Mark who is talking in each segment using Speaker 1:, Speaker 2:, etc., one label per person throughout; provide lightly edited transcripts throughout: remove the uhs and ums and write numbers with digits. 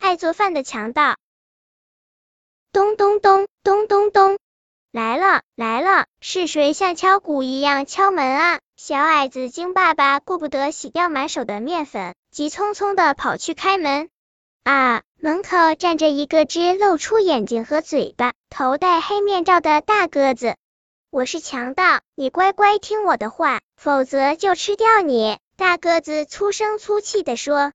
Speaker 1: 爱做饭的强盗。咚咚咚，咚咚咚，来了来了，是谁像敲鼓一样敲门啊？小矮子精爸爸顾不得洗掉满手的面粉，急匆匆地跑去开门。啊，门口站着一个只露出眼睛和嘴巴，头戴黑面罩的大个子。我是强盗，你乖乖听我的话，否则就吃掉你！大个子粗声粗气地说。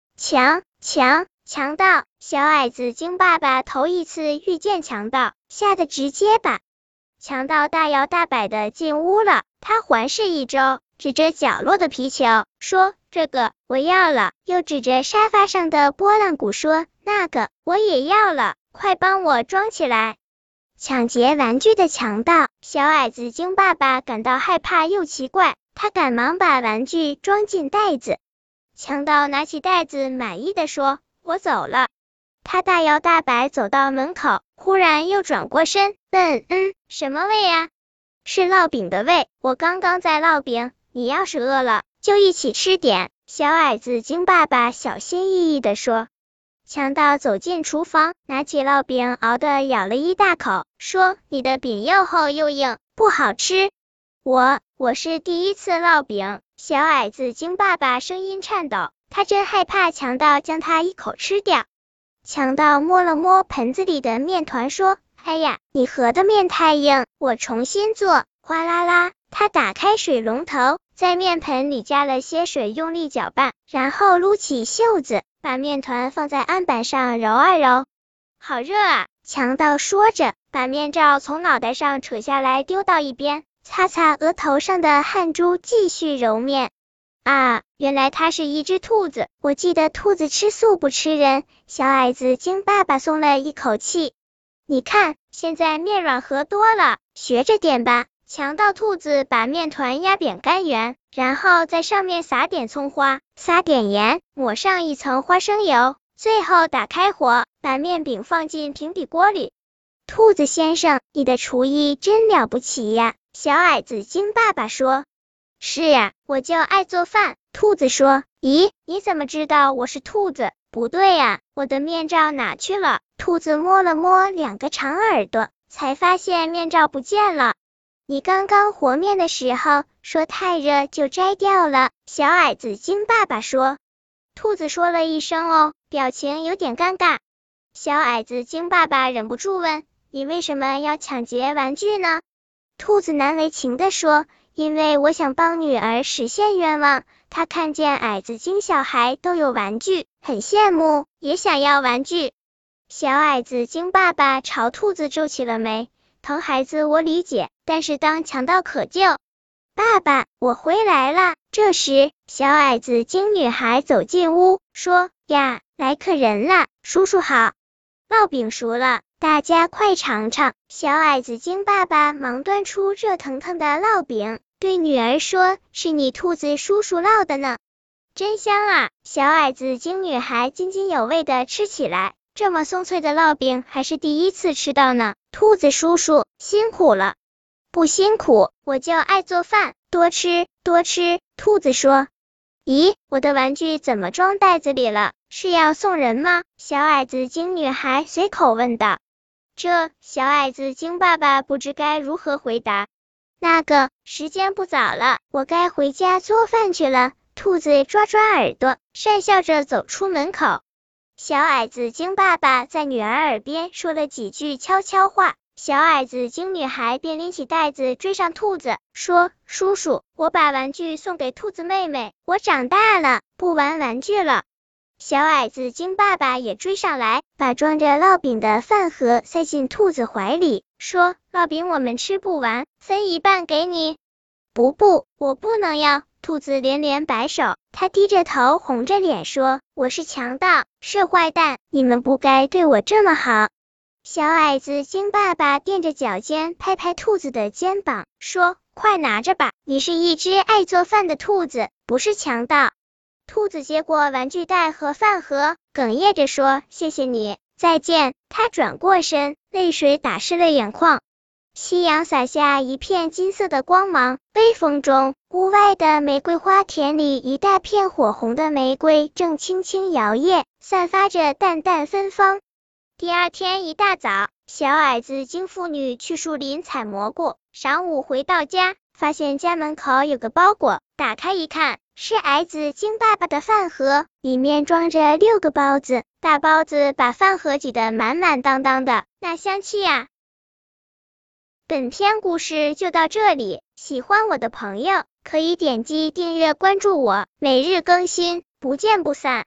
Speaker 1: 强盗！小矮子精爸爸头一次遇见强盗，吓得直结巴。强盗大摇大摆地进屋了，他环视一周，指着角落的皮球说：“这个我要了。”又指着沙发上的拨浪鼓说：“那个我也要了，快帮我装起来。”抢劫玩具的强盗，小矮子精爸爸感到害怕又奇怪，他赶忙把玩具装进袋子。强盗拿起袋子，满意的说：“我走了。”他大摇大摆走到门口，忽然又转过身，问：“什么味啊？”“是烙饼的味，我刚刚在烙饼，你要是饿了，就一起吃点。”小矮子精爸爸小心翼翼地说。强盗走进厨房，拿起烙饼熬的咬了一大口，说：“你的饼又厚又硬，不好吃。”我是第一次烙饼。小矮子精爸爸声音颤抖，他真害怕强盗将他一口吃掉。强盗摸了摸盆子里的面团，说：“哎呀，你和的面太硬，我重新做。”哗啦啦，他打开水龙头，在面盆里加了些水，用力搅拌，然后撸起袖子，把面团放在案板上揉啊揉。好热啊！强盗说着，把面罩从脑袋上扯下来丢到一边，擦擦额头上的汗珠，继续揉面。啊，原来它是一只兔子，我记得兔子吃素不吃人。小矮子精爸爸松了一口气。你看，现在面软和多了，学着点吧。强盗兔子把面团压扁干圆，然后在上面撒点葱花，撒点盐，抹上一层花生油，最后打开火，把面饼放进平底锅里。兔子先生，你的厨艺真了不起呀！小矮子精爸爸说。是呀，我就爱做饭。兔子说。咦，你怎么知道我是兔子？不对呀，我的面罩哪去了？兔子摸了摸两个长耳朵，才发现面罩不见了。你刚刚和面的时候说太热就摘掉了。小矮子精爸爸说。兔子说了一声哦，表情有点尴尬。小矮子精爸爸忍不住问：你为什么要抢劫玩具呢？兔子难为情地说：因为我想帮女儿实现愿望，她看见矮子精小孩都有玩具，很羡慕，也想要玩具。小矮子精爸爸朝兔子皱起了眉，疼孩子我理解，但是当强盗可救。爸爸，我回来了。这时，小矮子精女孩走进屋，说：呀，来客人了，叔叔好。烙饼熟了，大家快尝尝。小矮子精爸爸忙端出热腾腾的烙饼，对女儿说：是你兔子叔叔烙的呢，真香啊！小矮子精女孩津津有味地吃起来，这么松脆的烙饼还是第一次吃到呢。兔子叔叔辛苦了。不辛苦，我就爱做饭，多吃多吃。兔子说。咦，我的玩具怎么装袋子里了？是要送人吗？小矮子精女孩随口问道。这小矮子精爸爸不知该如何回答。那个，时间不早了，我该回家做饭去了。兔子抓抓耳朵，讪笑着走出门口。小矮子精爸爸在女儿耳边说了几句悄悄话，小矮子精女孩便拎起袋子追上兔子，说：叔叔，我把玩具送给兔子妹妹，我长大了，不玩玩具了。小矮子精爸爸也追上来，把装着烙饼的饭盒塞进兔子怀里，说：烙饼我们吃不完，分一半给你。不，我不能要。兔子连连摆手，他低着头红着脸说：我是强盗，是坏蛋，你们不该对我这么好。小矮子精爸爸垫着脚尖拍拍兔子的肩膀，说：快拿着吧，你是一只爱做饭的兔子，不是强盗。兔子接过玩具袋和饭盒，哽咽着说：谢谢你，再见。他转过身，泪水打湿了眼眶。 夕阳洒下一片金色的光芒，微风中，屋外的玫瑰花田里，一大片火红的玫瑰正轻轻摇曳，散发着淡淡芬芳。第二天一大早，小矮子金妇女去树林采蘑菇，晌午回到家，发现家门口有个包裹，打开一看，是矮子金爸爸的饭盒，里面装着6个包子，大包子把饭盒挤得满满当当的，那香气啊！本篇故事就到这里，喜欢我的朋友可以点击订阅关注我，每日更新，不见不散。